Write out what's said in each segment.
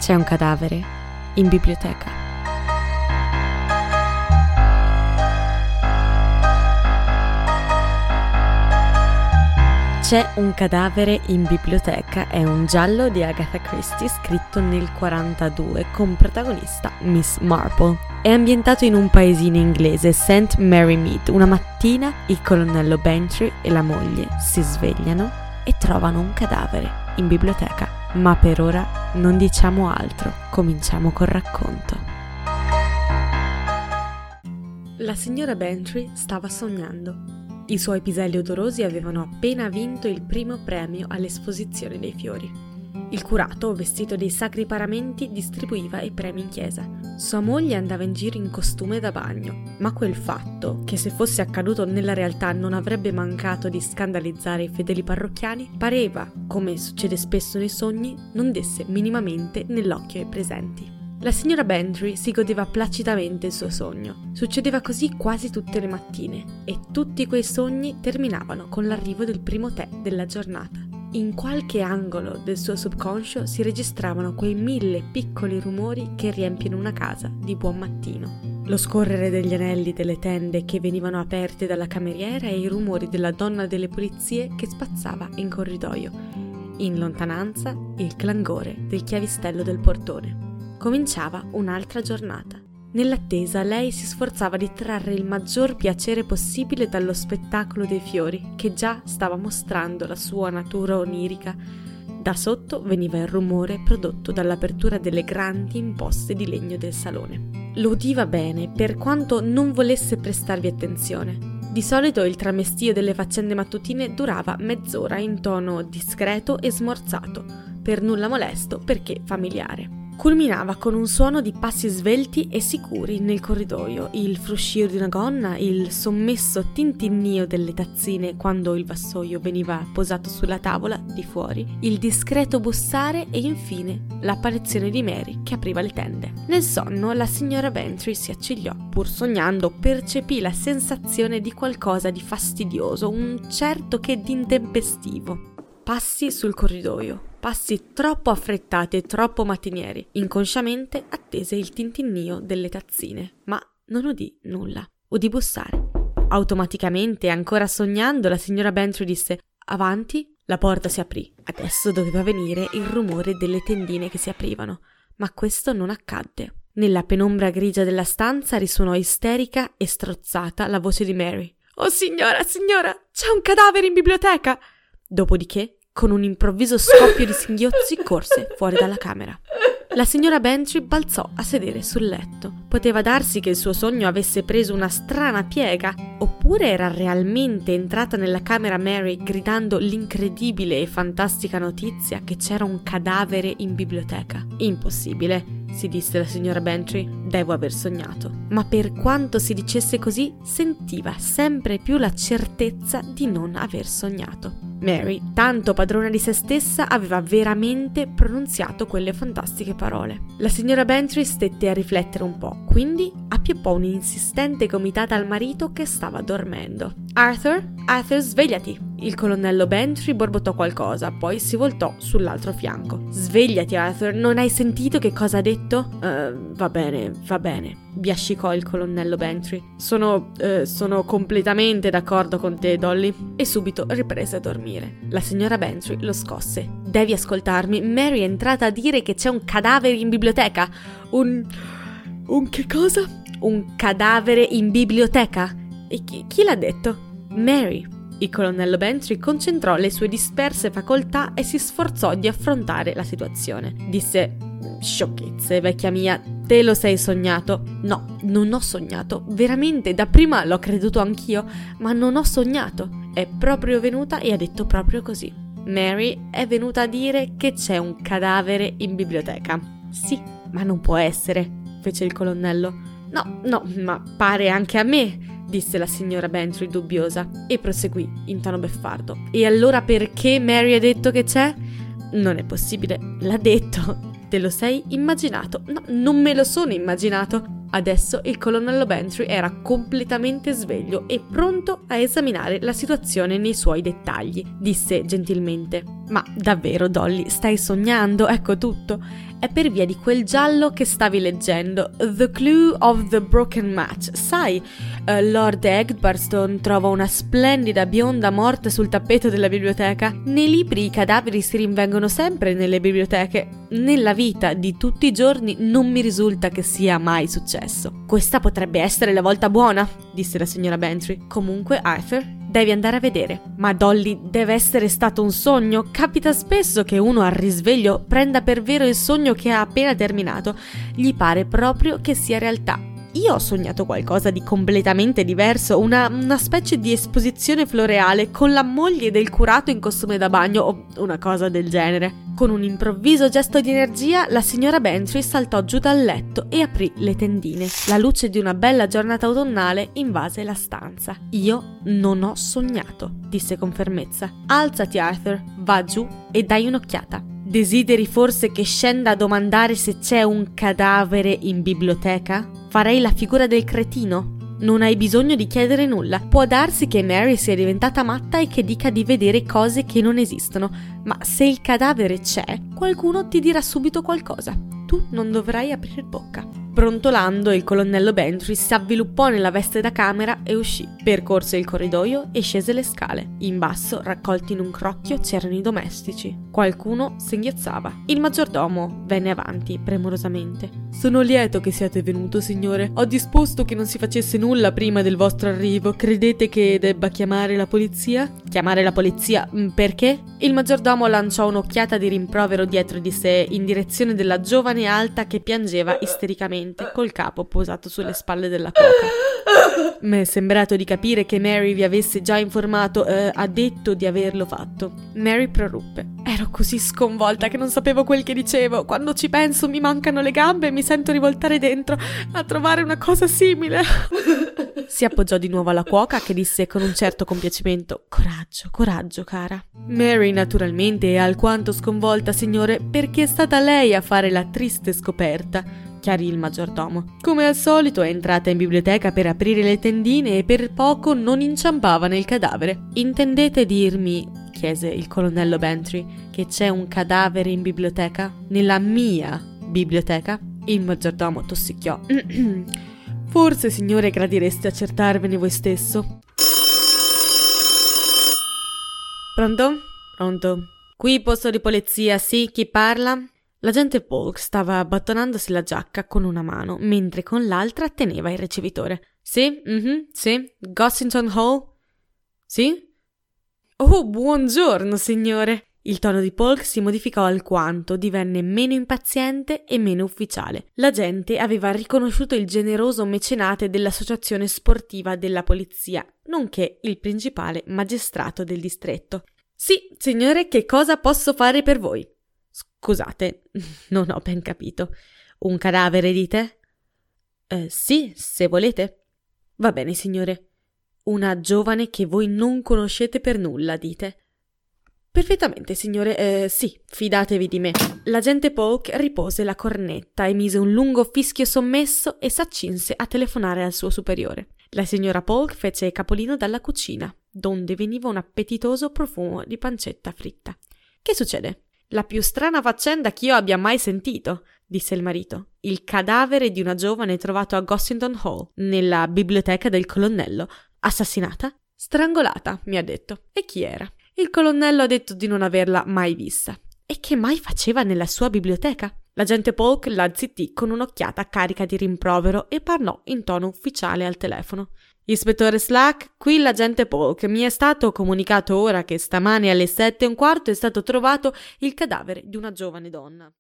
C'è un cadavere in biblioteca. C'è un cadavere in biblioteca è un giallo di Agatha Christie scritto nel 1942 con protagonista Miss Marple. È ambientato in un paesino inglese, St. Mary Mead. Una mattina il colonnello Bantry e la moglie si svegliano e trovano un cadavere in biblioteca. Ma per ora non diciamo altro, cominciamo col racconto. La signora Bantry stava sognando. I suoi piselli odorosi avevano appena vinto il primo premio all'esposizione dei fiori. Il curato, vestito dei sacri paramenti, distribuiva i premi in chiesa. Sua moglie andava in giro in costume da bagno, ma quel fatto, che se fosse accaduto nella realtà non avrebbe mancato di scandalizzare i fedeli parrocchiani, pareva, come succede spesso nei sogni, non desse minimamente nell'occhio ai presenti. La signora Bantry si godeva placidamente il suo sogno. Succedeva così quasi tutte le mattine e tutti quei sogni terminavano con l'arrivo del primo tè della giornata. In qualche angolo del suo subconscio si registravano quei 1000 piccoli rumori che riempiono una casa di buon mattino. Lo scorrere degli anelli delle tende che venivano aperte dalla cameriera e i rumori della donna delle pulizie che spazzava in corridoio. In lontananza il clangore del chiavistello del portone. Cominciava un'altra giornata. Nell'attesa lei si sforzava di trarre il maggior piacere possibile dallo spettacolo dei fiori, che già stava mostrando la sua natura onirica. Da sotto veniva il rumore prodotto dall'apertura delle grandi imposte di legno del salone. Lo udiva bene, per quanto non volesse prestarvi attenzione. Di solito il tramestio delle faccende mattutine durava mezz'ora in tono discreto e smorzato, per nulla molesto perché familiare. Culminava con un suono di passi svelti e sicuri nel corridoio, il fruscio di una gonna, il sommesso tintinnio delle tazzine quando il vassoio veniva posato sulla tavola di fuori, il discreto bussare e infine l'apparizione di Mary che apriva le tende. Nel sonno la signora Bantry si accigliò. Pur sognando percepì la sensazione di qualcosa di fastidioso, un certo che di intempestivo. Passi sul corridoio. Passi troppo affrettati e troppo mattinieri. Inconsciamente attese il tintinnio delle tazzine, ma non udì nulla. Udì bussare. Automaticamente, ancora sognando, la signora Bantry disse «Avanti». La porta si aprì. Adesso doveva venire il rumore delle tendine che si aprivano, ma questo non accadde. Nella penombra grigia della stanza risuonò isterica e strozzata la voce di Mary. «Oh signora, c'è un cadavere in biblioteca!» Dopodiché, con un improvviso scoppio di singhiozzi, corse fuori dalla camera. La signora Bantry balzò a sedere sul letto. Poteva darsi che il suo sogno avesse preso una strana piega, oppure era realmente entrata nella camera Mary gridando l'incredibile e fantastica notizia che c'era un cadavere in biblioteca. Impossibile, si disse la signora Bantry, devo aver sognato. Ma per quanto si dicesse così, sentiva sempre più la certezza di non aver sognato. Mary, tanto padrona di se stessa, aveva veramente pronunziato quelle fantastiche parole. La signora Bantry stette a riflettere un po', quindi appioppò un'insistente gomitata al marito che stava dormendo. Arthur, svegliati! Il colonnello Bantry borbottò qualcosa, poi si voltò sull'altro fianco. Svegliati, Arthur, non hai sentito che cosa ha detto? Va bene, biascicò il colonnello Bantry. Sono completamente d'accordo con te, Dolly. E subito riprese a dormire. La signora Bantry lo scosse. Devi ascoltarmi, Mary è entrata a dire che c'è un cadavere in biblioteca. Un che cosa? Un cadavere in biblioteca? E chi l'ha detto? Mary. Il colonnello Bantry concentrò le sue disperse facoltà e si sforzò di affrontare la situazione. Disse: sciocchezze, vecchia mia, te lo sei sognato? No, non ho sognato. Veramente, dapprima l'ho creduto anch'io, ma non ho sognato. È proprio venuta e ha detto proprio così. Mary è venuta a dire che c'è un cadavere in biblioteca. Sì, ma non può essere, fece il colonnello. No, ma pare anche a me, disse la signora Bantry dubbiosa e proseguì in tono beffardo. E allora perché Mary ha detto che c'è? Non è possibile, l'ha detto. Te lo sei immaginato? No, non me lo sono immaginato. Adesso il colonnello Bantry era completamente sveglio e pronto a esaminare la situazione nei suoi dettagli. Disse gentilmente: ma davvero, Dolly, stai sognando? Ecco tutto. è per via di quel giallo che stavi leggendo, The Clue of the Broken Match. Sai, Lord Eggbaston trova una splendida bionda morta sul tappeto della biblioteca. Nei libri i cadaveri si rinvengono sempre nelle biblioteche. Nella vita di tutti i giorni non mi risulta che sia mai successo. Questa potrebbe essere la volta buona, disse la signora Bantry. Comunque, Arthur, devi andare a vedere. Ma Dolly, deve essere stato un sogno? Capita spesso che uno al risveglio prenda per vero il sogno che ha appena terminato. Gli pare proprio che sia realtà. Io ho sognato qualcosa di completamente diverso, una specie di esposizione floreale con la moglie del curato in costume da bagno o una cosa del genere. Con un improvviso gesto di energia, la signora Bantry saltò giù dal letto e aprì le tendine. La luce di una bella giornata autunnale invase la stanza. Io non ho sognato, disse con fermezza. Alzati, Arthur, va giù e dai un'occhiata. Desideri forse che scenda a domandare se c'è un cadavere in biblioteca? Farei la figura del cretino. Non hai bisogno di chiedere nulla. Può darsi che Mary sia diventata matta e che dica di vedere cose che non esistono, ma se il cadavere c'è, qualcuno ti dirà subito qualcosa. Tu non dovrai aprire bocca. Brontolando, il colonnello Bantry si avviluppò nella veste da camera e uscì. Percorse il corridoio e scese le scale. In basso, raccolti in un crocchio, c'erano i domestici. Qualcuno singhiozzava. Il maggiordomo venne avanti premurosamente. «Sono lieto che siate venuto, signore. Ho disposto che non si facesse nulla prima del vostro arrivo. Credete che debba chiamare la polizia?» «Chiamare la polizia? Perché?» Il maggiordomo lanciò un'occhiata di rimprovero dietro di sé in direzione della giovane alta che piangeva istericamente col capo posato sulle spalle della coca. «M'è sembrato di capire che Mary vi avesse già informato, ha detto di averlo fatto». Mary proruppe. «Ero così sconvolta che non sapevo quel che dicevo. Quando ci penso mi mancano le gambe e mi sento rivoltare dentro a trovare una cosa simile». Si appoggiò di nuovo alla cuoca che disse con un certo compiacimento: «Coraggio, coraggio, cara». «Mary naturalmente è alquanto sconvolta, signore, perché è stata lei a fare la triste scoperta», chiarì il maggiordomo. «Come al solito è entrata in biblioteca per aprire le tendine e per poco non inciampava nel cadavere». «Intendete dirmi», chiese il colonnello Bantry, «che c'è un cadavere in biblioteca? Nella mia biblioteca?» Il maggiordomo tossicchiò. «Forse, signore, gradireste accertarvene voi stesso». «Pronto? Pronto. Qui posto di polizia, sì, chi parla?» L'agente Polk stava abbottonandosi la giacca con una mano, mentre con l'altra teneva il ricevitore. «Sì? Sì? Gossington Hall? Sì? Oh, buongiorno, signore!» Il tono di Polk si modificò alquanto, divenne meno impaziente e meno ufficiale. L'agente aveva riconosciuto il generoso mecenate dell'associazione sportiva della polizia, nonché il principale magistrato del distretto. «Sì, signore, che cosa posso fare per voi?» «Scusate, non ho ben capito. Un cadavere, dite?» «Sì, se volete». «Va bene, signore. Una giovane che voi non conoscete per nulla, dite?» «Perfettamente, signore. Sì, fidatevi di me». L'agente Polk ripose la cornetta, emise un lungo fischio sommesso e s'accinse a telefonare al suo superiore. La signora Polk fece capolino dalla cucina, donde veniva un appetitoso profumo di pancetta fritta. «Che succede?» «La più strana faccenda che io abbia mai sentito», disse il marito. «Il cadavere di una giovane trovato a Gossington Hall, nella biblioteca del colonnello. Assassinata?» «Strangolata», mi ha detto. «E chi era?» «Il colonnello ha detto di non averla mai vista». «E che mai faceva nella sua biblioteca?» L'agente Polk la zittì con un'occhiata carica di rimprovero e parlò in tono ufficiale al telefono. «Ispettore Slack, qui l'agente Polk. Mi è stato comunicato ora che stamane alle 7:15 è stato trovato il cadavere di una giovane donna».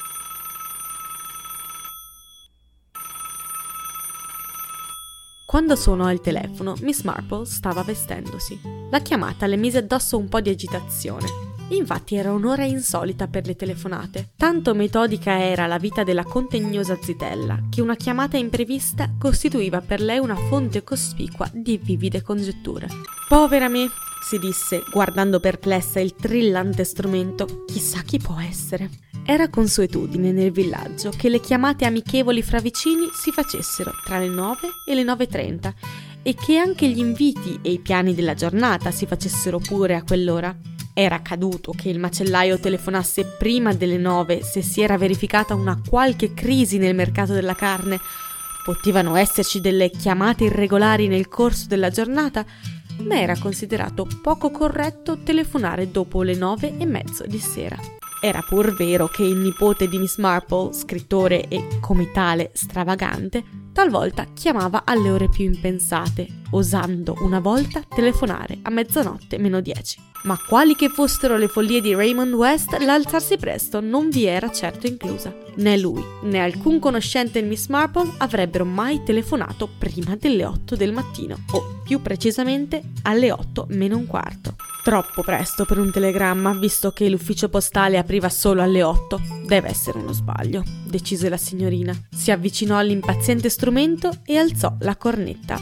Quando suonò il telefono, Miss Marple stava vestendosi. La chiamata le mise addosso un po' di agitazione. Infatti era un'ora insolita per le telefonate. Tanto metodica era la vita della contegnosa zitella che una chiamata imprevista costituiva per lei una fonte cospicua di vivide congetture. «Povera me», si disse, guardando perplessa il trillante strumento, «chissà chi può essere». Era consuetudine nel villaggio che le chiamate amichevoli fra vicini si facessero tra le 9 e le 9:30 e che anche gli inviti e i piani della giornata si facessero pure a quell'ora. Era accaduto che il macellaio telefonasse prima delle 9 se si era verificata una qualche crisi nel mercato della carne. Potevano esserci delle chiamate irregolari nel corso della giornata, ma era considerato poco corretto telefonare dopo le 9:30 di sera. Era pur vero che il nipote di Miss Marple, scrittore e come tale stravagante, talvolta chiamava alle ore più impensate, osando una volta telefonare a 00:10. Ma quali che fossero le follie di Raymond West, l'alzarsi presto non vi era certo inclusa. Né lui, né alcun conoscente di Miss Marple avrebbero mai telefonato prima delle 8 del mattino, o più precisamente alle 8:45. Troppo presto per un telegramma, visto che l'ufficio postale apriva solo alle 8. Deve essere uno sbaglio, decise la signorina. Si avvicinò all'impaziente strumento e alzò la cornetta.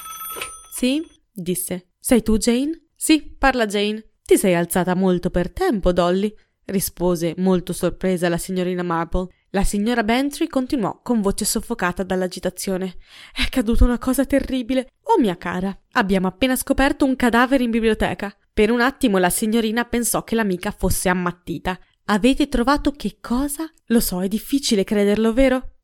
Sì, disse. Sei tu, Jane? Sì, parla Jane. Ti sei alzata molto per tempo, Dolly, rispose molto sorpresa la signorina Marple. La signora Bantry continuò con voce soffocata dall'agitazione. È accaduta una cosa terribile. Oh mia cara, abbiamo appena scoperto un cadavere in biblioteca. Per un attimo la signorina pensò che l'amica fosse ammattita. Avete trovato che cosa? Lo so, è difficile crederlo, vero?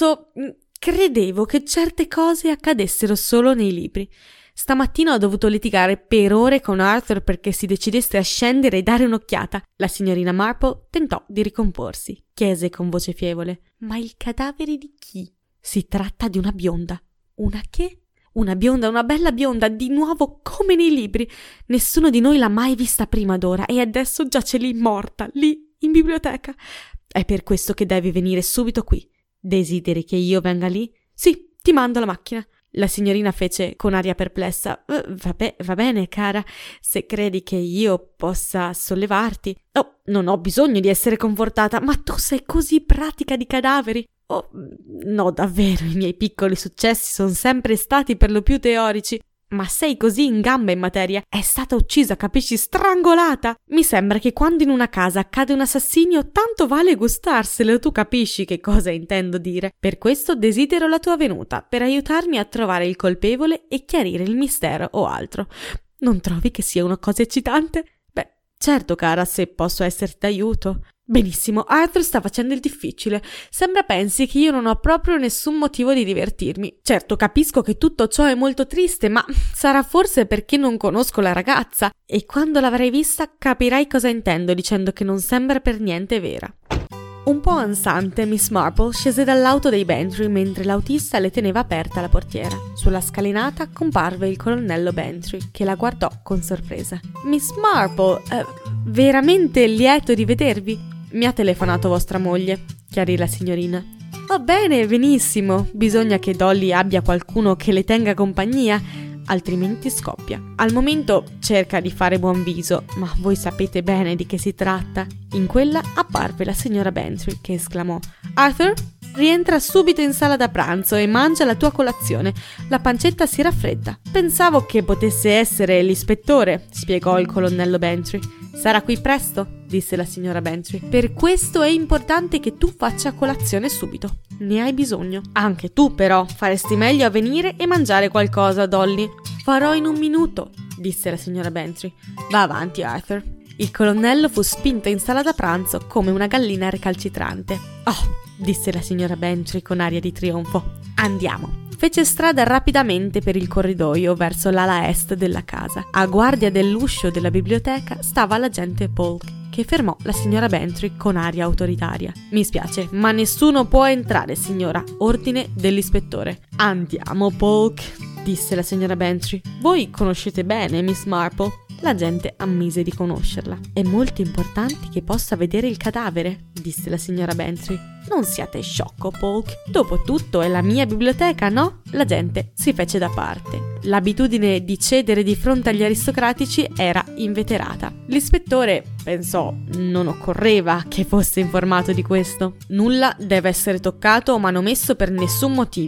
Credevo che certe cose accadessero solo nei libri. Stamattina ho dovuto litigare per ore con Arthur perché si decidesse a scendere e dare un'occhiata. La signorina Marple tentò di ricomporsi. Chiese con voce fievole. Ma il cadavere di chi? Si tratta di una bionda. Una che? Una bionda, una bella bionda, di nuovo come nei libri. Nessuno di noi l'ha mai vista prima d'ora e adesso giace lì morta, lì in biblioteca. È per questo che devi venire subito qui. Desideri che io venga lì? Sì, ti mando la macchina. La signorina fece con aria perplessa. Va bene, cara, se credi che io possa sollevarti. Oh, non ho bisogno di essere confortata, ma tu sei così pratica di cadaveri. Oh, no, davvero, i miei piccoli successi sono sempre stati per lo più teorici. Ma sei così in gamba in materia. È stata uccisa, capisci? Strangolata! Mi sembra che quando in una casa accade un assassinio, tanto vale gustarselo, tu capisci che cosa intendo dire. Per questo desidero la tua venuta, per aiutarmi a trovare il colpevole e chiarire il mistero o altro. Non trovi che sia una cosa eccitante? Beh, certo, cara, se posso esserti d'aiuto. Benissimo, Arthur sta facendo il difficile. Sembra pensi che io non ho proprio nessun motivo di divertirmi. Certo, capisco che tutto ciò è molto triste, ma sarà forse perché non conosco la ragazza. E quando l'avrai vista capirai cosa intendo dicendo che non sembra per niente vera. Un po' ansante, Miss Marple scese dall'auto dei Bantry mentre l'autista le teneva aperta la portiera. Sulla scalinata comparve il colonnello Bantry, che la guardò con sorpresa. Miss Marple, veramente lieto di vedervi. Mi ha telefonato vostra moglie, chiarì la signorina. Va bene, benissimo. Bisogna che Dolly abbia qualcuno che le tenga compagnia, altrimenti scoppia. Al momento cerca di fare buon viso, ma voi sapete bene di che si tratta. In quella apparve la signora Bantry, che esclamò: Arthur, rientra subito in sala da pranzo e mangia la tua colazione. La pancetta si raffredda. Pensavo che potesse essere l'ispettore, spiegò il colonnello Bantry. Sarà qui presto? Disse la signora Bantry. Per questo è importante che tu faccia colazione subito. Ne hai bisogno. Anche tu, però, faresti meglio a venire e mangiare qualcosa, Dolly. Farò in un minuto, disse la signora Bantry. Va avanti, Arthur. Il colonnello fu spinto in sala da pranzo come una gallina recalcitrante. Oh, disse la signora Bantry con aria di trionfo. Andiamo. Fece strada rapidamente per il corridoio verso l'ala est della casa. A guardia dell'uscio della biblioteca stava l'agente Polk, che fermò la signora Bantry con aria autoritaria. Mi spiace, ma nessuno può entrare, signora. Ordine dell'ispettore. Andiamo, Polk, disse la signora Bantry. Voi conoscete bene Miss Marple? L'agente ammise di conoscerla. È molto importante che possa vedere il cadavere, disse la signora Bantry. Non siate sciocco, Polk. Dopotutto è la mia biblioteca, no? L'agente si fece da parte. L'abitudine di cedere di fronte agli aristocratici era inveterata. L'ispettore pensò non occorreva che fosse informato di questo. Nulla deve essere toccato o manomesso per nessun motivo,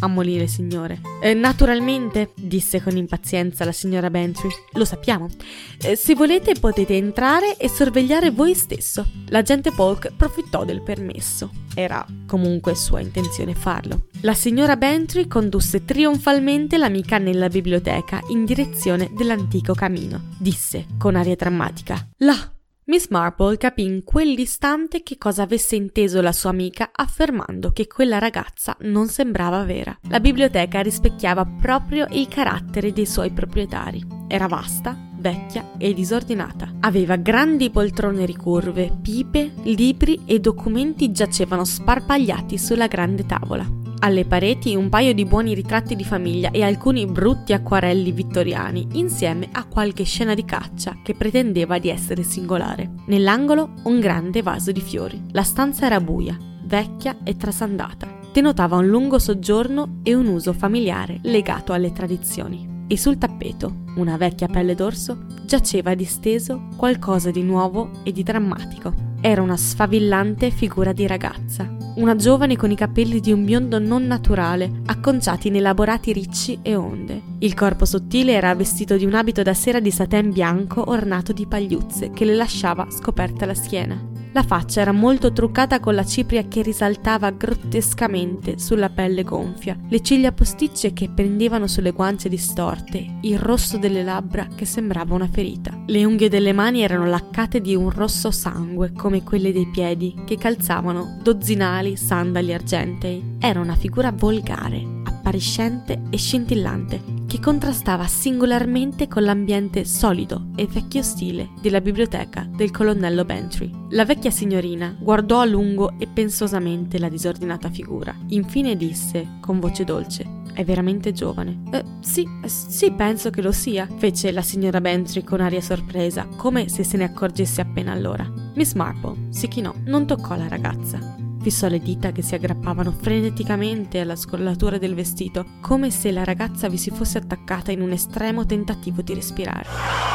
ammolì le signore. Naturalmente, disse con impazienza la signora Bantry. Lo sappiamo. Se volete potete entrare e sorvegliare voi stesso. L'agente Polk approfittò del permesso. Era comunque sua intenzione farlo. La signora Bantry condusse trionfalmente l'amica nella biblioteca in direzione dell'antico camino. Disse con aria drammatica: là! Miss Marple capì in quell'istante che cosa avesse inteso la sua amica affermando che quella ragazza non sembrava vera. La biblioteca rispecchiava proprio il carattere dei suoi proprietari. Era vasta, vecchia e disordinata. Aveva grandi poltrone ricurve, pipe, libri e documenti giacevano sparpagliati sulla grande tavola. Alle pareti un paio di buoni ritratti di famiglia e alcuni brutti acquarelli vittoriani, insieme a qualche scena di caccia che pretendeva di essere singolare. Nell'angolo un grande vaso di fiori. La stanza era buia, vecchia e trasandata. Denotava un lungo soggiorno e un uso familiare legato alle tradizioni. E sul tappeto, una vecchia pelle d'orso, giaceva disteso qualcosa di nuovo e di drammatico. Era una sfavillante figura di ragazza. Una giovane con i capelli di un biondo non naturale, acconciati in elaborati ricci e onde. Il corpo sottile era vestito di un abito da sera di satin bianco ornato di pagliuzze che le lasciava scoperta la schiena. La faccia era molto truccata con la cipria che risaltava grottescamente sulla pelle gonfia, le ciglia posticce che pendevano sulle guance distorte, il rosso delle labbra che sembrava una ferita. Le unghie delle mani erano laccate di un rosso sangue come quelle dei piedi che calzavano dozzinali sandali argentei. Era una figura volgare, appariscente e scintillante, che contrastava singolarmente con l'ambiente solido e vecchio stile della biblioteca del colonnello Bantry. La vecchia signorina guardò a lungo e pensosamente la disordinata figura. Infine disse con voce dolce: "È veramente giovane." Sì, penso che lo sia", fece la signora Bantry con aria sorpresa, come se se ne accorgesse appena allora. Miss Marple si chinò, non toccò la ragazza. Fissò le dita che si aggrappavano freneticamente alla scollatura del vestito, come se la ragazza vi si fosse attaccata in un estremo tentativo di respirare.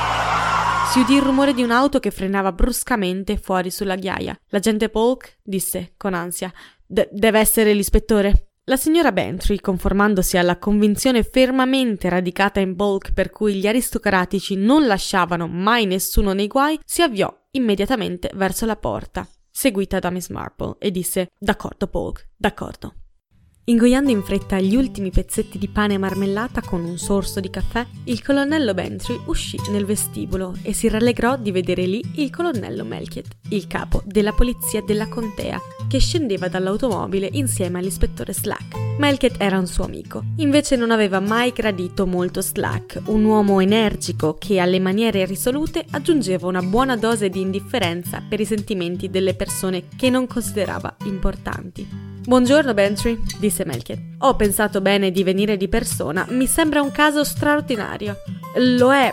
Si udì il rumore di un'auto che frenava bruscamente fuori sulla ghiaia. L'agente Polk disse con ansia: Deve essere l'ispettore." La signora Bantry, conformandosi alla convinzione fermamente radicata in Polk per cui gli aristocratici non lasciavano mai nessuno nei guai, si avviò immediatamente verso la porta, seguita da Miss Marple, e disse: "D'accordo, Polk, d'accordo." Ingoiando in fretta gli ultimi pezzetti di pane e marmellata con un sorso di caffè, il colonnello Bantry uscì nel vestibolo e si rallegrò di vedere lì il colonnello Melchiett, il capo della polizia della contea, che scendeva dall'automobile insieme all'ispettore Slack. Melchiett era un suo amico, invece non aveva mai gradito molto Slack, un uomo energico che alle maniere risolute aggiungeva una buona dose di indifferenza per i sentimenti delle persone che non considerava importanti. "Buongiorno, Bantry", disse Melchiett. "Ho pensato bene di venire di persona, mi sembra un caso straordinario." Lo è.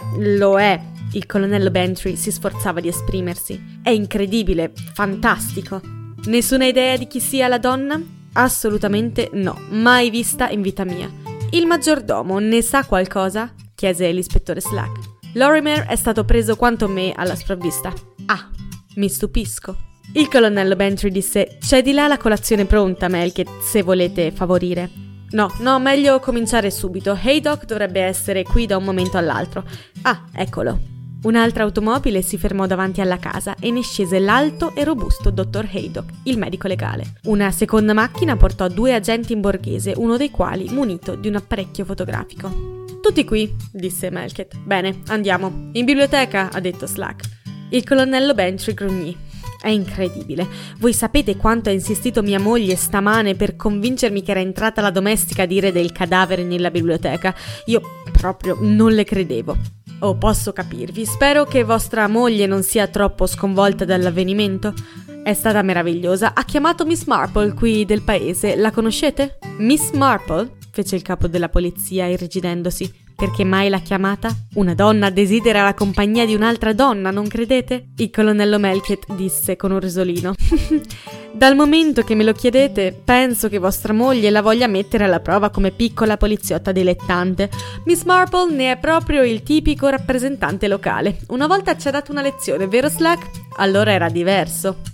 Il colonnello Bantry si sforzava di esprimersi. "È incredibile, fantastico." "Nessuna idea di chi sia la donna?" "Assolutamente no, mai vista in vita mia." "Il maggiordomo ne sa qualcosa?" chiese l'ispettore Slack. "Lorimer è stato preso quanto me alla sprovvista." "Ah, mi stupisco." Il colonnello Bantry disse: "C'è di là la colazione pronta, Melchiett, se volete favorire." No, meglio cominciare subito. Haydock dovrebbe essere qui da un momento all'altro." "Ah, eccolo." Un'altra automobile si fermò davanti alla casa e ne scese l'alto e robusto dottor Haydock, il medico legale. Una seconda macchina portò 2 agenti in borghese, uno dei quali munito di un apparecchio fotografico. "Tutti qui", disse Melchiett. "Bene, andiamo." "In biblioteca", ha detto Slack. Il colonnello Bantry grugnì. "È incredibile. Voi sapete quanto ha insistito mia moglie stamane per convincermi che era entrata la domestica a dire del cadavere nella biblioteca. Io proprio non le credevo." "Oh, posso capirvi. Spero che vostra moglie non sia troppo sconvolta dall'avvenimento." "È stata meravigliosa. Ha chiamato Miss Marple qui del paese. La conoscete?" "Miss Marple?" fece il capo della polizia irrigidendosi. "Perché mai l'ha chiamata? Una donna desidera la compagnia di un'altra donna, non credete?" Il colonnello Melchiett disse con un risolino: "Dal momento che me lo chiedete, penso che vostra moglie la voglia mettere alla prova come piccola poliziotta dilettante. Miss Marple ne è proprio il tipico rappresentante locale. Una volta ci ha dato una lezione, vero Slack? Allora era diverso."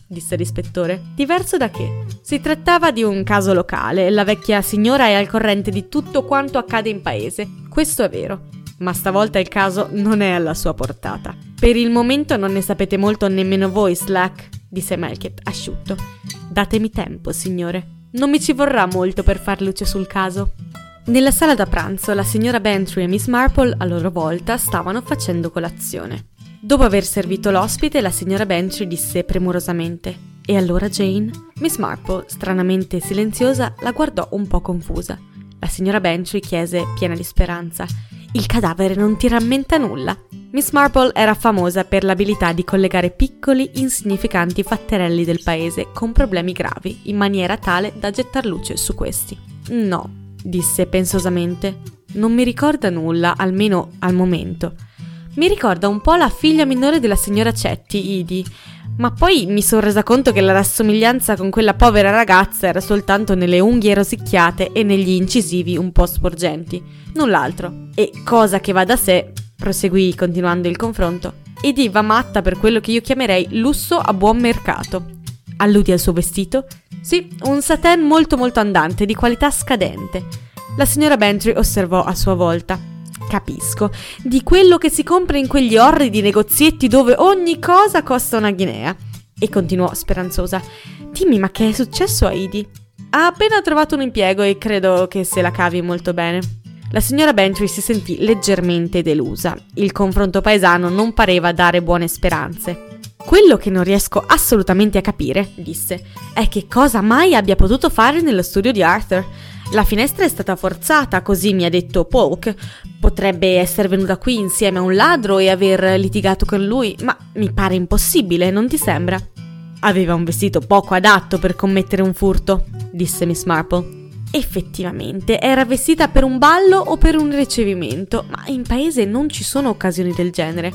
disse l'ispettore. Diverso da che? Si trattava di un caso locale, la vecchia signora è al corrente di tutto quanto accade in paese. Questo è vero, ma stavolta il caso non è alla sua portata. Per il momento non ne sapete molto nemmeno voi, Slack, disse Melchior asciutto. Datemi tempo, signore. Non mi ci vorrà molto per far luce sul caso. Nella sala da pranzo la signora Bantry e Miss Marple a loro volta stavano facendo colazione. Dopo aver servito l'ospite, la signora Bantry disse premurosamente: "E allora Jane?" Miss Marple, stranamente silenziosa, la guardò un po' confusa. La signora Bantry chiese, piena di speranza: "Il cadavere non ti rammenta nulla?" Miss Marple era famosa per l'abilità di collegare piccoli, insignificanti fatterelli del paese con problemi gravi, in maniera tale da gettar luce su questi. "No", disse pensosamente, "non mi ricorda nulla, almeno al momento. Mi ricorda un po' la figlia minore della signora Chetty, Edie, ma poi mi sono resa conto che la rassomiglianza con quella povera ragazza era soltanto nelle unghie rosicchiate e negli incisivi un po' sporgenti, null'altro. E cosa che va da sé", proseguì continuando il confronto, "Edie va matta per quello che io chiamerei lusso a buon mercato." "Alludi al suo vestito?" "Sì, un satin molto molto andante, di qualità scadente." La signora Bantry osservò a sua volta. "Capisco, di quello che si compra in quegli orridi negozietti dove ogni cosa costa una guinea." E continuò speranzosa: "Dimmi, ma che è successo a Edie?" "Ha appena trovato un impiego e credo che se la cavi molto bene." La signora Bantry si sentì leggermente delusa. Il confronto paesano non pareva dare buone speranze. "Quello che non riesco assolutamente a capire", disse, "è che cosa mai abbia potuto fare nello studio di Arthur. La finestra è stata forzata, così mi ha detto Polk. Potrebbe essere venuta qui insieme a un ladro e aver litigato con lui, ma mi pare impossibile, non ti sembra?" "Aveva un vestito poco adatto per commettere un furto", disse Miss Marple. "Effettivamente, era vestita per un ballo o per un ricevimento, ma in paese non ci sono occasioni del genere."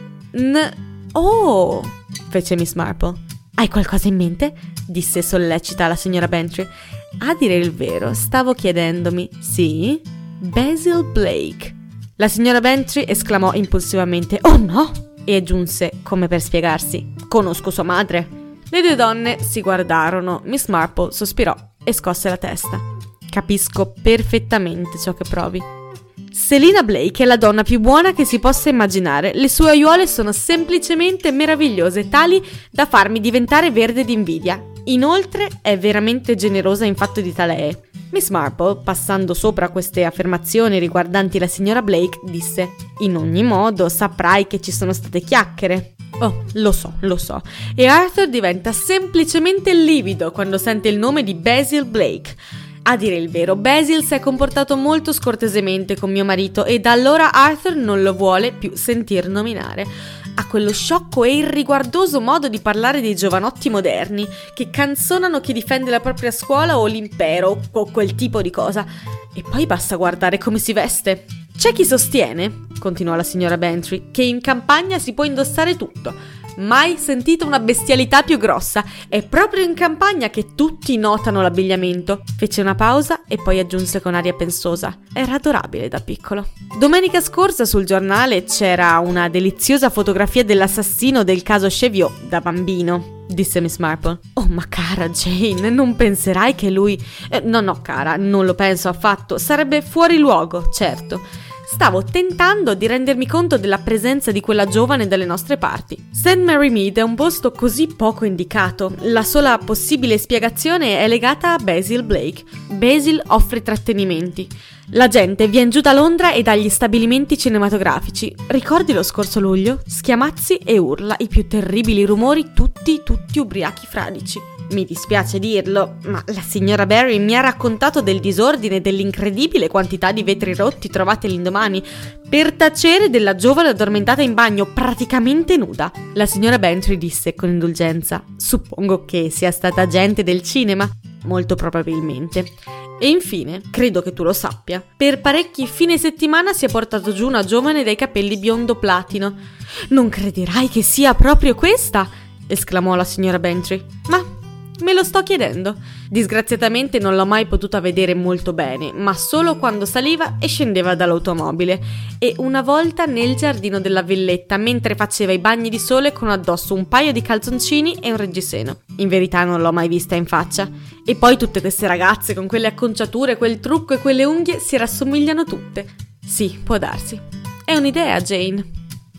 "Oh", fece Miss Marple. "Hai qualcosa in mente?" disse sollecita la signora Bantry. "A dire il vero, stavo chiedendomi." "Sì?" "Basil Blake." La signora Bantry esclamò impulsivamente: "Oh no!" e aggiunse, come per spiegarsi: "Conosco sua madre." Le due donne si guardarono. Miss Marple sospirò e scosse la testa. "Capisco perfettamente ciò che provi. Selina Blake è la donna più buona che si possa immaginare. Le sue aiuole sono semplicemente meravigliose, tali da farmi diventare verde d'invidia. Inoltre è veramente generosa in fatto di talee." Miss Marple, passando sopra queste affermazioni riguardanti la signora Blake, disse: "In ogni modo saprai che ci sono state chiacchiere." "Oh, lo so. E Arthur diventa semplicemente livido quando sente il nome di Basil Blake. A dire il vero, Basil si è comportato molto scortesemente con mio marito e da allora Arthur non lo vuole più sentir nominare. Ha quello sciocco e irriguardoso modo di parlare dei giovanotti moderni, che canzonano chi difende la propria scuola o l'impero o quel tipo di cosa. E poi basta guardare come si veste. C'è chi sostiene", continuò la signora Bantry, "che in campagna si può indossare tutto. Mai sentito una bestialità più grossa. È proprio in campagna che tutti notano l'abbigliamento." Fece una pausa e poi aggiunse con aria pensosa: "Era adorabile da piccolo." "Domenica scorsa sul giornale c'era una deliziosa fotografia dell'assassino del caso Cheviot da bambino", disse Miss Marple. "Oh, ma cara Jane, non penserai che lui..." No, cara, non lo penso affatto. Sarebbe fuori luogo, certo. Stavo tentando di rendermi conto della presenza di quella giovane dalle nostre parti. St. Mary Mead è un posto così poco indicato. La sola possibile spiegazione è legata a Basil Blake. Basil offre trattenimenti. La gente viene giù da Londra e dagli stabilimenti cinematografici. Ricordi lo scorso luglio? Schiamazzi e urla, i più terribili rumori, tutti ubriachi fradici. Mi dispiace dirlo, ma la signora Barry mi ha raccontato del disordine e dell'incredibile quantità di vetri rotti trovati l'indomani, per tacere della giovane addormentata in bagno, praticamente nuda. La signora Bantry disse con indulgenza: "Suppongo che sia stata gente del cinema." "Molto probabilmente. E infine, credo che tu lo sappia, per parecchi fine settimana si è portato giù una giovane dai capelli biondo platino." "Non crederai che sia proprio questa?" esclamò la signora Bantry. "Ma Me lo sto chiedendo. Disgraziatamente non l'ho mai potuta vedere molto bene, ma solo quando saliva e scendeva dall'automobile, e una volta nel giardino della villetta mentre faceva i bagni di sole con addosso un paio di calzoncini e un reggiseno. In verità non l'ho mai vista in faccia. E poi tutte queste ragazze con quelle acconciature, quel trucco e quelle unghie si rassomigliano tutte. Sì, può darsi. È un'idea, Jane.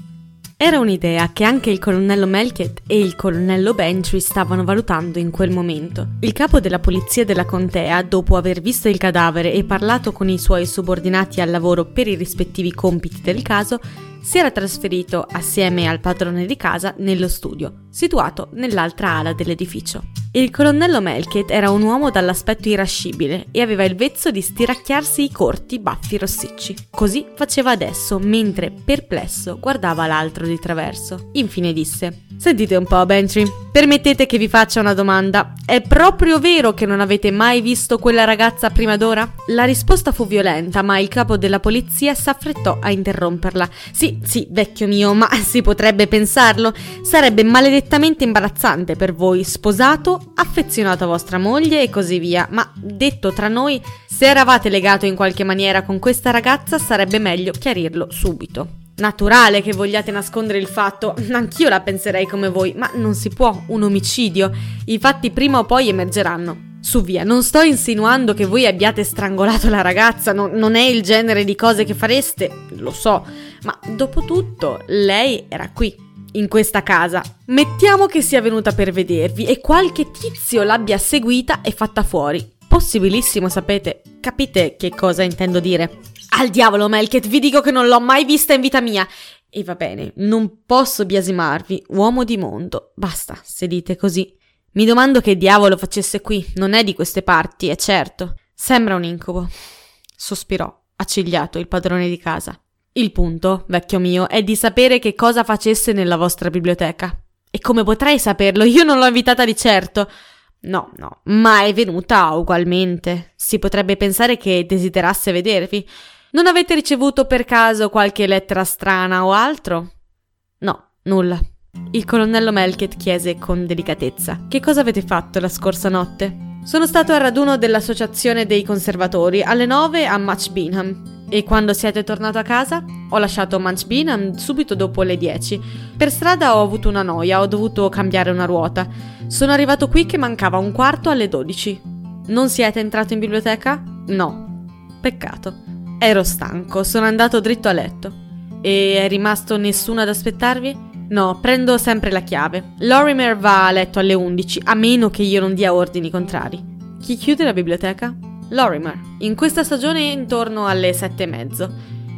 Era un'idea che anche il colonnello Melkett e il colonnello Bantry stavano valutando in quel momento. Il capo della polizia della contea, dopo aver visto il cadavere e parlato con i suoi subordinati al lavoro per i rispettivi compiti del caso, si era trasferito assieme al padrone di casa nello studio, situato nell'altra ala dell'edificio. Il colonnello Melkett era un uomo dall'aspetto irascibile e aveva il vezzo di stiracchiarsi i corti baffi rossicci. Così faceva adesso, mentre, perplesso, guardava l'altro di traverso. Infine disse: «Sentite un po', Bantry, permettete che vi faccia una domanda. È proprio vero che non avete mai visto quella ragazza prima d'ora?» La risposta fu violenta, ma il capo della polizia s'affrettò a interromperla. Sì, vecchio mio, ma si potrebbe pensarlo. Sarebbe maledettamente imbarazzante per voi, sposato, affezionato a vostra moglie e così via. Ma, detto tra noi, se eravate legato in qualche maniera con questa ragazza, sarebbe meglio chiarirlo subito. Naturale che vogliate nascondere il fatto, anch'io la penserei come voi, ma non si può, un omicidio. I fatti prima o poi emergeranno. Su via, non sto insinuando che voi abbiate strangolato la ragazza, non è il genere di cose che fareste, lo so, ma dopo tutto lei era qui, in questa casa. Mettiamo che sia venuta per vedervi e qualche tizio l'abbia seguita e fatta fuori. Possibilissimo, sapete? Capite che cosa intendo dire? Al diavolo, Melkett, vi dico che non l'ho mai vista in vita mia. E va bene, non posso biasimarvi, uomo di mondo. Basta, se dite così. Mi domando che diavolo facesse qui, non è di queste parti, è certo. Sembra un incubo. Sospirò, accigliato, il padrone di casa. Il punto, vecchio mio, è di sapere che cosa facesse nella vostra biblioteca. E come potrei saperlo? Io non l'ho invitata di certo. No, ma è venuta ugualmente. Si potrebbe pensare che desiderasse vedervi. Non avete ricevuto per caso qualche lettera strana o altro? No, nulla. Il colonnello Melkett chiese con delicatezza: «Che cosa avete fatto la scorsa notte?» «Sono stato al raduno dell'associazione dei conservatori alle 9 a Much Bingham. E quando siete tornato a casa?» «Ho lasciato Much Bingham subito dopo le 10. Per strada ho avuto una noia, ho dovuto cambiare una ruota. Sono arrivato qui che mancava un quarto alle 12. Non siete entrato in biblioteca?» «No». «Peccato. Ero stanco, sono andato dritto a letto». «E è rimasto nessuno ad aspettarvi?» «No, prendo sempre la chiave. Lorimer va a letto alle 11, a meno che io non dia ordini contrari». «Chi chiude la biblioteca?» «Lorimer. In questa stagione intorno alle 7:30.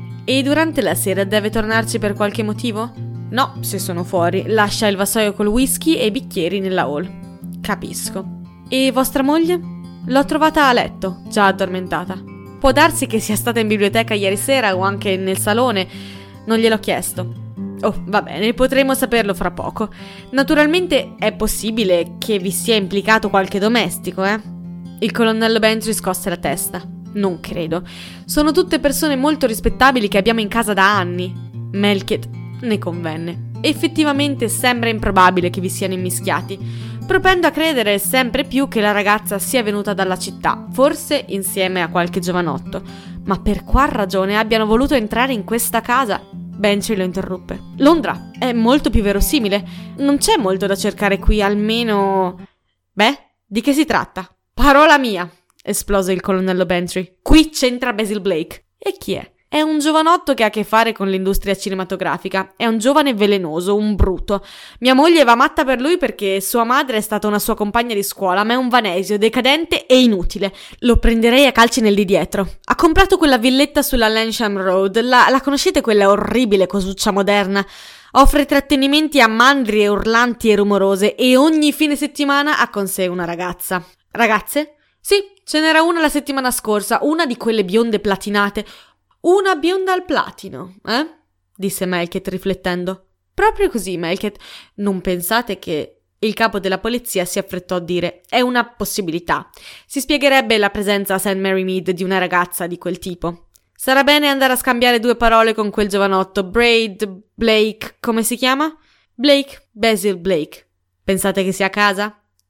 E durante la sera deve tornarci per qualche motivo?» «No, se sono fuori. Lascia il vassoio col whisky e i bicchieri nella hall». «Capisco. E vostra moglie?» «L'ho trovata a letto, già addormentata. Può darsi che sia stata in biblioteca ieri sera o anche nel salone. Non gliel'ho chiesto». «Oh, va bene, potremo saperlo fra poco. Naturalmente è possibile che vi sia implicato qualche domestico, eh?» Il colonnello Bantry scosse la testa. «Non credo. Sono tutte persone molto rispettabili che abbiamo in casa da anni». Melkett ne convenne. «Effettivamente sembra improbabile che vi siano immischiati. Propendo a credere sempre più che la ragazza sia venuta dalla città, forse insieme a qualche giovanotto. Ma per qual ragione abbiano voluto entrare in questa casa?» Bantry lo interruppe. «Londra è molto più verosimile. Non c'è molto da cercare qui, almeno...» «Beh, di che si tratta?» «Parola mia!» esplose il colonnello Bantry. «Qui c'entra Basil Blake». «E chi è?» «È un giovanotto che ha a che fare con l'industria cinematografica. È un giovane velenoso, un bruto. Mia moglie va matta per lui perché sua madre è stata una sua compagna di scuola, ma è un vanesio, decadente e inutile. Lo prenderei a calci nel di dietro. Ha comprato quella villetta sulla Lansham Road. La conoscete quella orribile cosuccia moderna? Offre trattenimenti a mandrie urlanti e rumorose e ogni fine settimana ha con sé una ragazza». «Ragazze?» «Sì, ce n'era una la settimana scorsa, una di quelle bionde platinate». «Una bionda al platino, eh?» disse Melkett riflettendo. «Proprio così, Melkett. Non pensate che...» Il capo della polizia si affrettò a dire: «È una possibilità. Si spiegherebbe la presenza a St. Mary Mead di una ragazza di quel tipo. Sarà bene andare a scambiare 2 parole con quel giovanotto, Blake, come si chiama?» «Blake, Basil Blake. Pensate che sia a casa?»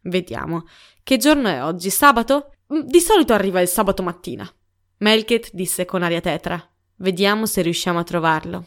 Vediamo. Che giorno è oggi? Sabato? Di solito arriva il sabato mattina. Melkett disse con aria tetra. Vediamo se riusciamo a trovarlo.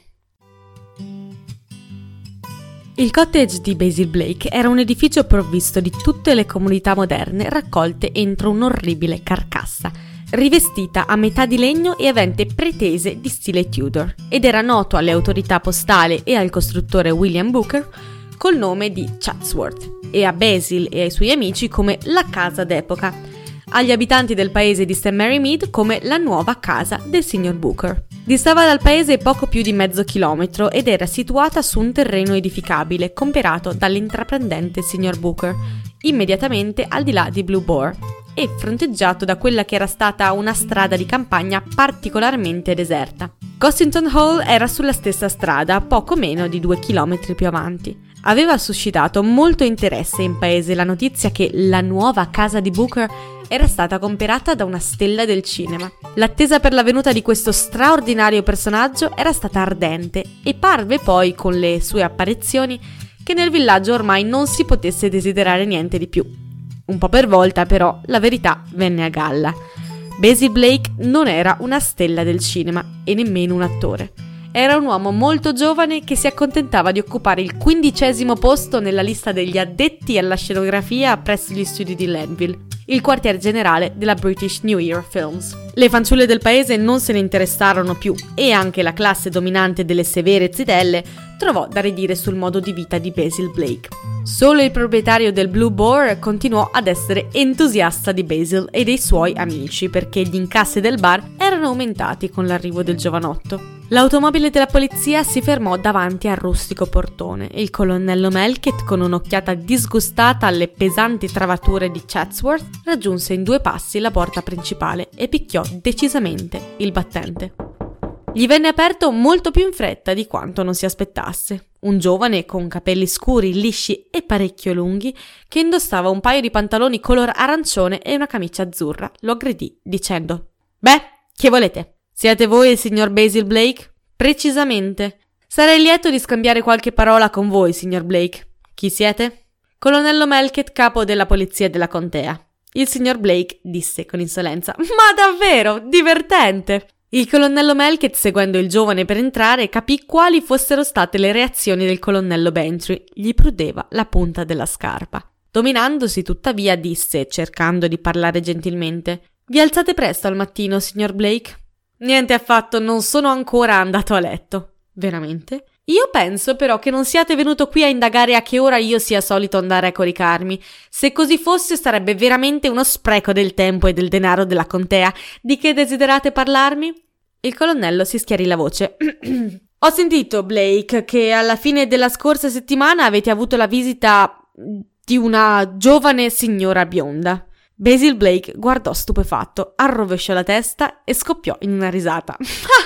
Il cottage di Basil Blake era un edificio provvisto di tutte le comodità moderne raccolte entro un'orribile carcassa, rivestita a metà di legno e avente pretese di stile Tudor, ed era noto alle autorità postali e al costruttore William Booker col nome di Chatsworth, e a Basil e ai suoi amici come la casa d'epoca, agli abitanti del paese di St. Mary Mead come la nuova casa del signor Booker. Distava dal paese poco più di mezzo chilometro ed era situata su un terreno edificabile comperato dall'intraprendente signor Booker, immediatamente al di là di Blue Boar, e fronteggiato da quella che era stata una strada di campagna particolarmente deserta. Gossington Hall era sulla stessa strada, poco meno di 2 chilometri più avanti. Aveva suscitato molto interesse in paese la notizia che la nuova casa di Booker era stata comperata da una stella del cinema. L'attesa per la venuta di questo straordinario personaggio era stata ardente e parve poi, con le sue apparizioni, che nel villaggio ormai non si potesse desiderare niente di più. Un po' per volta, però, la verità venne a galla. Basil Blake non era una stella del cinema e nemmeno un attore. Era un uomo molto giovane che si accontentava di occupare il 15° posto nella lista degli addetti alla scenografia presso gli studi di Lenville, il quartier generale della British New Era Films. Le fanciulle del paese non se ne interessarono più e anche la classe dominante delle severe zitelle trovò da ridire sul modo di vita di Basil Blake. Solo il proprietario del Blue Boar continuò ad essere entusiasta di Basil e dei suoi amici perché gli incassi del bar erano aumentati con l'arrivo del giovanotto. L'automobile della polizia si fermò davanti al rustico portone e il colonnello Melkett, con un'occhiata disgustata alle pesanti travature di Chatsworth, raggiunse in 2 passi la porta principale e picchiò decisamente il battente. Gli venne aperto molto più in fretta di quanto non si aspettasse. Un giovane con capelli scuri, lisci e parecchio lunghi, che indossava un paio di pantaloni color arancione e una camicia azzurra, lo aggredì dicendo: «Beh, che volete? Siete voi il signor Basil Blake?» «Precisamente. Sarei lieto di scambiare qualche parola con voi, signor Blake. Chi siete?» «Colonnello Melkett, capo della polizia della contea». Il signor Blake disse con insolenza: «Ma davvero? Divertente!» Il colonnello Melkett, seguendo il giovane per entrare, capì quali fossero state le reazioni del colonnello Bantry. Gli prudeva la punta della scarpa. Dominandosi, tuttavia, disse, cercando di parlare gentilmente: «Vi alzate presto al mattino, signor Blake?» «Niente affatto, non sono ancora andato a letto». «Veramente?» «Io penso però che non siate venuto qui a indagare a che ora io sia solito andare a coricarmi. Se così fosse sarebbe veramente uno spreco del tempo e del denaro della contea. Di che desiderate parlarmi?» Il colonnello si schiarì la voce. «Ho sentito, Blake, che alla fine della scorsa settimana avete avuto la visita di una giovane signora bionda». Basil Blake guardò stupefatto, arrovesciò la testa e scoppiò in una risata.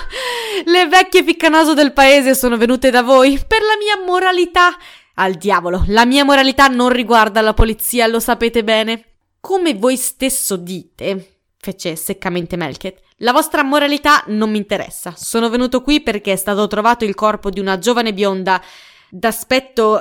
«Le vecchie ficcanaso del paese sono venute da voi per la mia moralità!» «Al diavolo, la mia moralità non riguarda la polizia, lo sapete bene!» «Come voi stesso dite», fece seccamente Melkett, «la vostra moralità non mi interessa. Sono venuto qui perché è stato trovato il corpo di una giovane bionda d'aspetto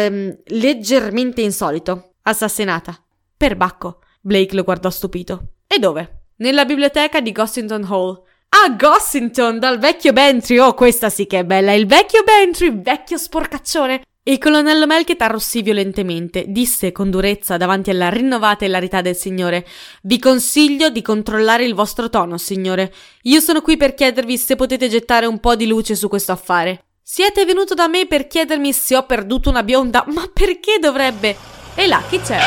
leggermente insolito, assassinata. Perbacco». Blake lo guardò stupito. «E dove?» «Nella biblioteca di Gossington Hall». «Ah, Gossington, dal vecchio Bantry! Oh, questa sì che è bella! Il vecchio Bantry, vecchio sporcaccione!» Il colonnello Melkett arrossì violentemente, disse con durezza davanti alla rinnovata ilarità del signore: «Vi consiglio di controllare il vostro tono, signore. Io sono qui per chiedervi se potete gettare un po' di luce su questo affare. Siete venuto da me per chiedermi se ho perduto una bionda? Ma perché dovrebbe? E là, chi c'è?»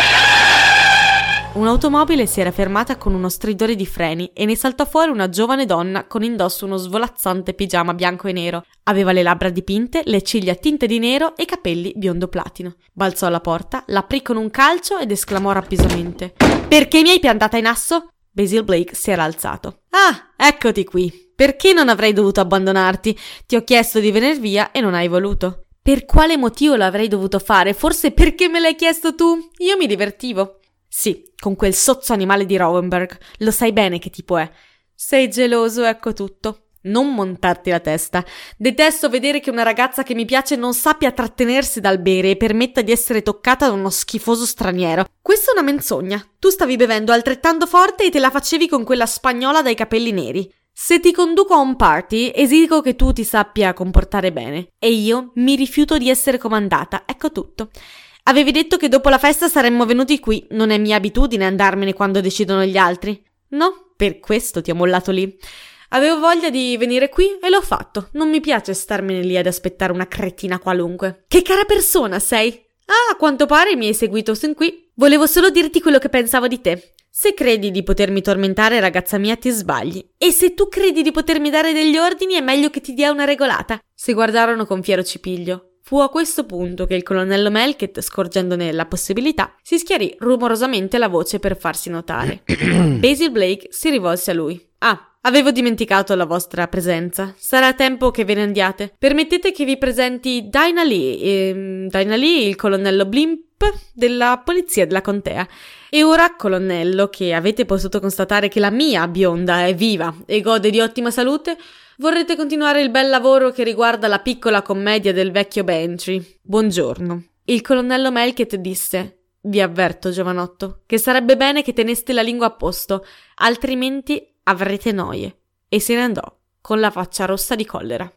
Un'automobile si era fermata con uno stridore di freni e ne saltò fuori una giovane donna con indosso uno svolazzante pigiama bianco e nero. Aveva le labbra dipinte, le ciglia tinte di nero e i capelli biondo platino. Balzò alla porta, l'aprì con un calcio ed esclamò rapidamente: «Perché mi hai piantata in asso?» Basil Blake si era alzato. «Ah, eccoti qui. Perché non avrei dovuto abbandonarti? Ti ho chiesto di venir via e non hai voluto». «Per quale motivo l'avrei dovuto fare? Forse perché me l'hai chiesto tu? Io mi divertivo». «Sì, con quel sozzo animale di Rowenberg. Lo sai bene che tipo è». «Sei geloso, ecco tutto». Non montarti la testa. Detesto vedere che una ragazza che mi piace non sappia trattenersi dal bere e permetta di essere toccata da uno schifoso straniero. Questa è una menzogna. Tu stavi bevendo altrettanto forte e te la facevi con quella spagnola dai capelli neri. Se ti conduco a un party, esigo che tu ti sappia comportare bene. E io mi rifiuto di essere comandata. Ecco tutto. Avevi detto che dopo la festa saremmo venuti qui. Non è mia abitudine andarmene quando decidono gli altri. No, per questo ti ho mollato lì. Avevo voglia di venire qui e l'ho fatto. Non mi piace starmene lì ad aspettare una cretina qualunque. Che cara persona sei! Ah, a quanto pare mi hai seguito sin qui. Volevo solo dirti quello che pensavo di te. Se credi di potermi tormentare, ragazza mia, ti sbagli. E se tu credi di potermi dare degli ordini, è meglio che ti dia una regolata. Si guardarono con fiero cipiglio. Fu a questo punto che il colonnello Melkett, scorgendone la possibilità, si schiarì rumorosamente la voce per farsi notare. Basil Blake si rivolse a lui. Ah, avevo dimenticato la vostra presenza. Sarà tempo che ve ne andiate. Permettete che vi presenti Dinah Lee, il colonnello Blimp della polizia della contea. E ora, colonnello, che avete potuto constatare che la mia bionda è viva e gode di ottima salute, vorrete continuare il bel lavoro che riguarda la piccola commedia del vecchio Bantry. Buongiorno. Il colonnello Melkett disse: vi avverto, giovanotto, che sarebbe bene che teneste la lingua a posto, altrimenti avrete noie. E se ne andò, con la faccia rossa di collera.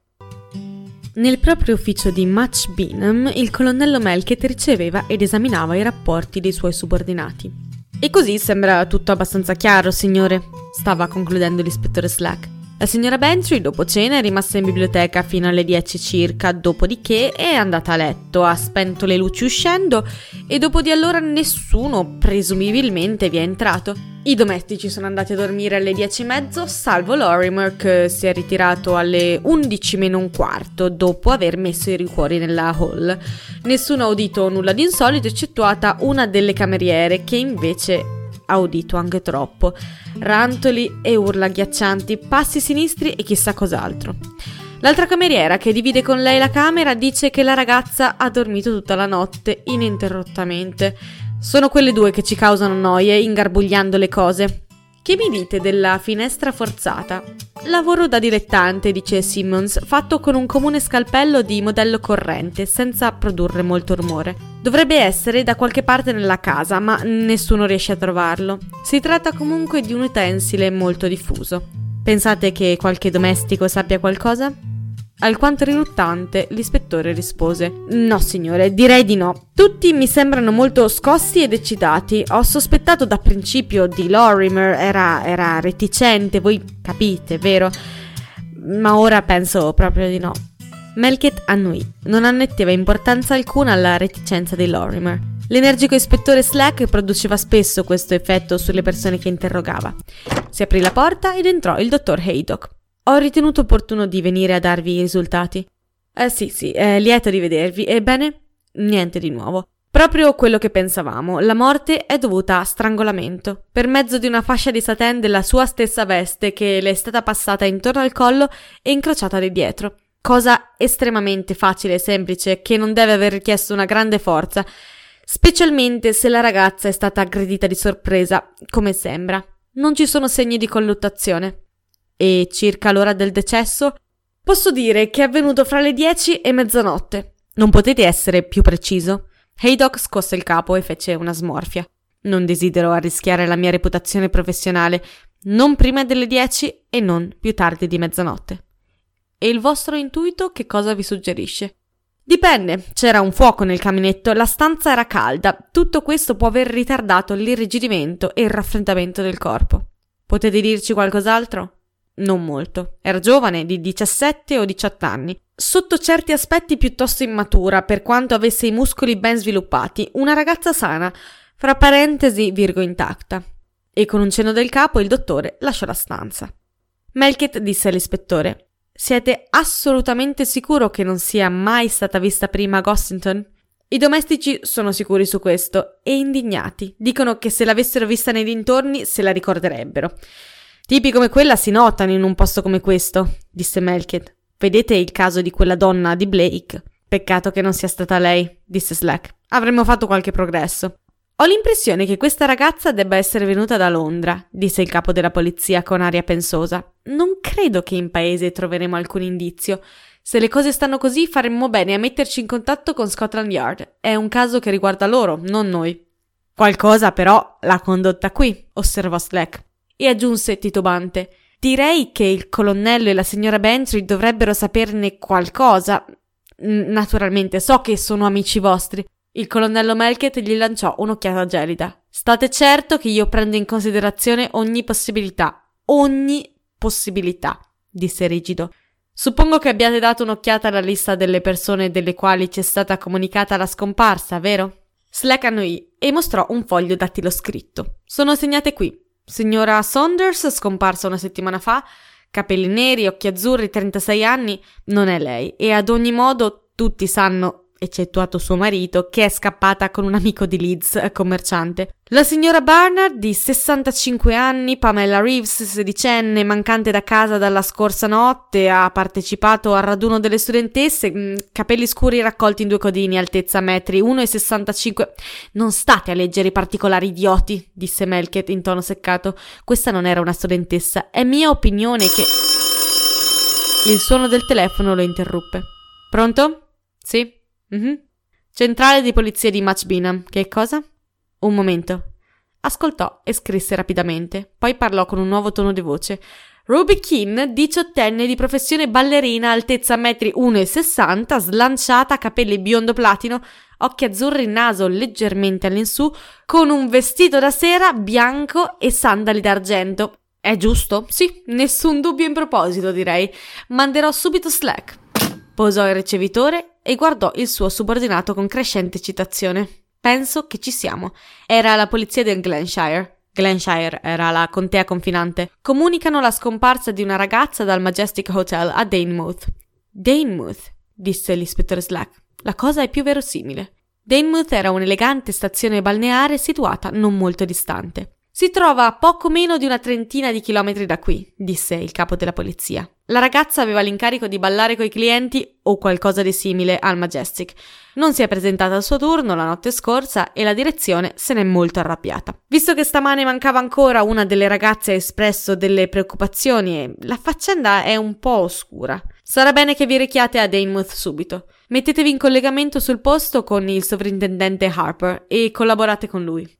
Nel proprio ufficio di Much Bingham, il colonnello Melkett riceveva ed esaminava i rapporti dei suoi subordinati. E così sembra tutto abbastanza chiaro, signore, stava concludendo l'ispettore Slack. La signora Bantry, dopo cena, è rimasta in biblioteca fino alle 10 circa, dopodiché è andata a letto, ha spento le luci uscendo e dopo di allora nessuno, presumibilmente, vi è entrato. I domestici sono andati a dormire alle 10:30, salvo Lorimer che si è ritirato alle 11 meno un quarto, dopo aver messo i liquori nella hall. Nessuno ha udito nulla di insolito, eccettuata una delle cameriere, che invece ha udito anche troppo. Rantoli e urla agghiaccianti, passi sinistri e chissà cos'altro. L'altra cameriera, che divide con lei la camera, dice che la ragazza ha dormito tutta la notte, ininterrottamente. Sono quelle due che ci causano noie, ingarbugliando le cose. Che mi dite della finestra forzata? Lavoro da dilettante, dice Simmons, fatto con un comune scalpello di modello corrente, senza produrre molto rumore. Dovrebbe essere da qualche parte nella casa, ma nessuno riesce a trovarlo. Si tratta comunque di un utensile molto diffuso. Pensate che qualche domestico sappia qualcosa? Alquanto riluttante, l'ispettore rispose: no, signore, direi di no. Tutti mi sembrano molto scossi ed eccitati. Ho sospettato da principio di Lorimer, era reticente, voi capite, vero? Ma ora penso proprio di no. Melkett annuì. Non annetteva importanza alcuna alla reticenza di Lorimer. L'energico ispettore Slack produceva spesso questo effetto sulle persone che interrogava. Si aprì la porta ed entrò il dottor Haydock. Ho ritenuto opportuno di venire a darvi i risultati. Sì, è lieto di vedervi. Ebbene, niente di nuovo. Proprio quello che pensavamo. La morte è dovuta a strangolamento, per mezzo di una fascia di satin della sua stessa veste che le è stata passata intorno al collo e incrociata di dietro. Cosa estremamente facile e semplice, che non deve aver richiesto una grande forza, specialmente se la ragazza è stata aggredita di sorpresa, come sembra. Non ci sono segni di colluttazione. E circa l'ora del decesso? Posso dire che è avvenuto fra le 10 e mezzanotte. Non potete essere più preciso? Haydock scosse il capo e fece una smorfia. Non desidero arrischiare la mia reputazione professionale, non prima delle 10 e non più tardi di mezzanotte. E il vostro intuito che cosa vi suggerisce? Dipende, c'era un fuoco nel caminetto, la stanza era calda, tutto questo può aver ritardato l'irrigidimento e il raffreddamento del corpo. Potete dirci qualcos'altro? Non molto. Era giovane, di 17 o 18 anni. Sotto certi aspetti piuttosto immatura, per quanto avesse i muscoli ben sviluppati. Una ragazza sana, fra parentesi, virgo intatta. E con un cenno del capo il dottore lasciò la stanza. Melkett disse all'ispettore: siete assolutamente sicuro che non sia mai stata vista prima a Gossington? I domestici sono sicuri su questo e indignati. Dicono che se l'avessero vista nei dintorni se la ricorderebbero. Tipi come quella si notano in un posto come questo, disse Melkett. Vedete il caso di quella donna di Blake? Peccato che non sia stata lei, disse Slack. Avremmo fatto qualche progresso. Ho l'impressione che questa ragazza debba essere venuta da Londra, disse il capo della polizia con aria pensosa. Non credo che in paese troveremo alcun indizio. Se le cose stanno così, faremmo bene a metterci in contatto con Scotland Yard. È un caso che riguarda loro, non noi. Qualcosa però l'ha condotta qui, osservò Slack. E aggiunse titubante: direi che il colonnello e la signora Bantry dovrebbero saperne qualcosa. Naturalmente, so che sono amici vostri. Il colonnello Melkett gli lanciò un'occhiata gelida. State certo che io prendo in considerazione ogni possibilità, disse rigido. Suppongo che abbiate dato un'occhiata alla lista delle persone delle quali ci è stata comunicata la scomparsa, vero? Slack annuì e mostrò un foglio dattiloscritto. Sono segnate qui. Signora Saunders, scomparsa una settimana fa, capelli neri, occhi azzurri, 36 anni, non è lei, e ad ogni modo tutti sanno, eccettuato suo marito, che è scappata con un amico di Leeds, commerciante. La signora Barnard, di 65 anni, Pamela Reeves, sedicenne, mancante da casa dalla scorsa notte, ha partecipato al raduno delle studentesse, capelli scuri raccolti in 2 codini, altezza metri 1,65. Non state a leggere i particolari, idioti, disse Melkett in tono seccato. Questa non era una studentessa, è mia opinione che... Il suono del telefono lo interruppe. Pronto? Sì? Centrale di polizia di Much Bingham. Che cosa? Un momento. Ascoltò e scrisse rapidamente, poi parlò con un nuovo tono di voce. Ruby Keane, 18enne, di professione ballerina, altezza metri 1,60, slanciata, capelli biondo platino, occhi azzurri, naso leggermente all'insù, con un vestito da sera bianco e sandali d'argento. È giusto? Sì, nessun dubbio in proposito, direi. Manderò subito Slack. Posò il ricevitore e guardò il suo subordinato con crescente eccitazione. Penso che ci siamo. Era la polizia del Glenshire. Glenshire era la contea confinante. Comunicano la scomparsa di una ragazza dal Majestic Hotel a Danemouth. Danemouth, disse l'ispettore Slack. La cosa è più verosimile. Danemouth era un'elegante stazione balneare situata non molto distante. Si trova a poco meno di una trentina di chilometri da qui, disse il capo della polizia. La ragazza aveva l'incarico di ballare coi clienti o qualcosa di simile al Majestic. Non si è presentata al suo turno la notte scorsa e la direzione se n'è molto arrabbiata. Visto che stamane mancava ancora, una delle ragazze ha espresso delle preoccupazioni e la faccenda è un po' oscura. Sarà bene che vi rechiate a Danemouth subito. Mettetevi in collegamento sul posto con il sovrintendente Harper e collaborate con lui.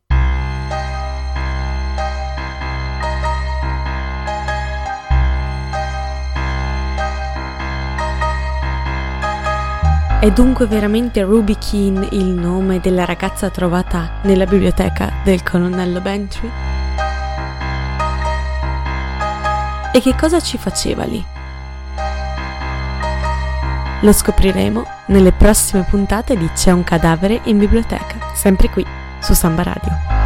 È dunque veramente Ruby Keane il nome della ragazza trovata nella biblioteca del colonnello Bantry? E che cosa ci faceva lì? Lo scopriremo nelle prossime puntate di C'è un cadavere in biblioteca, sempre qui su Samba Radio.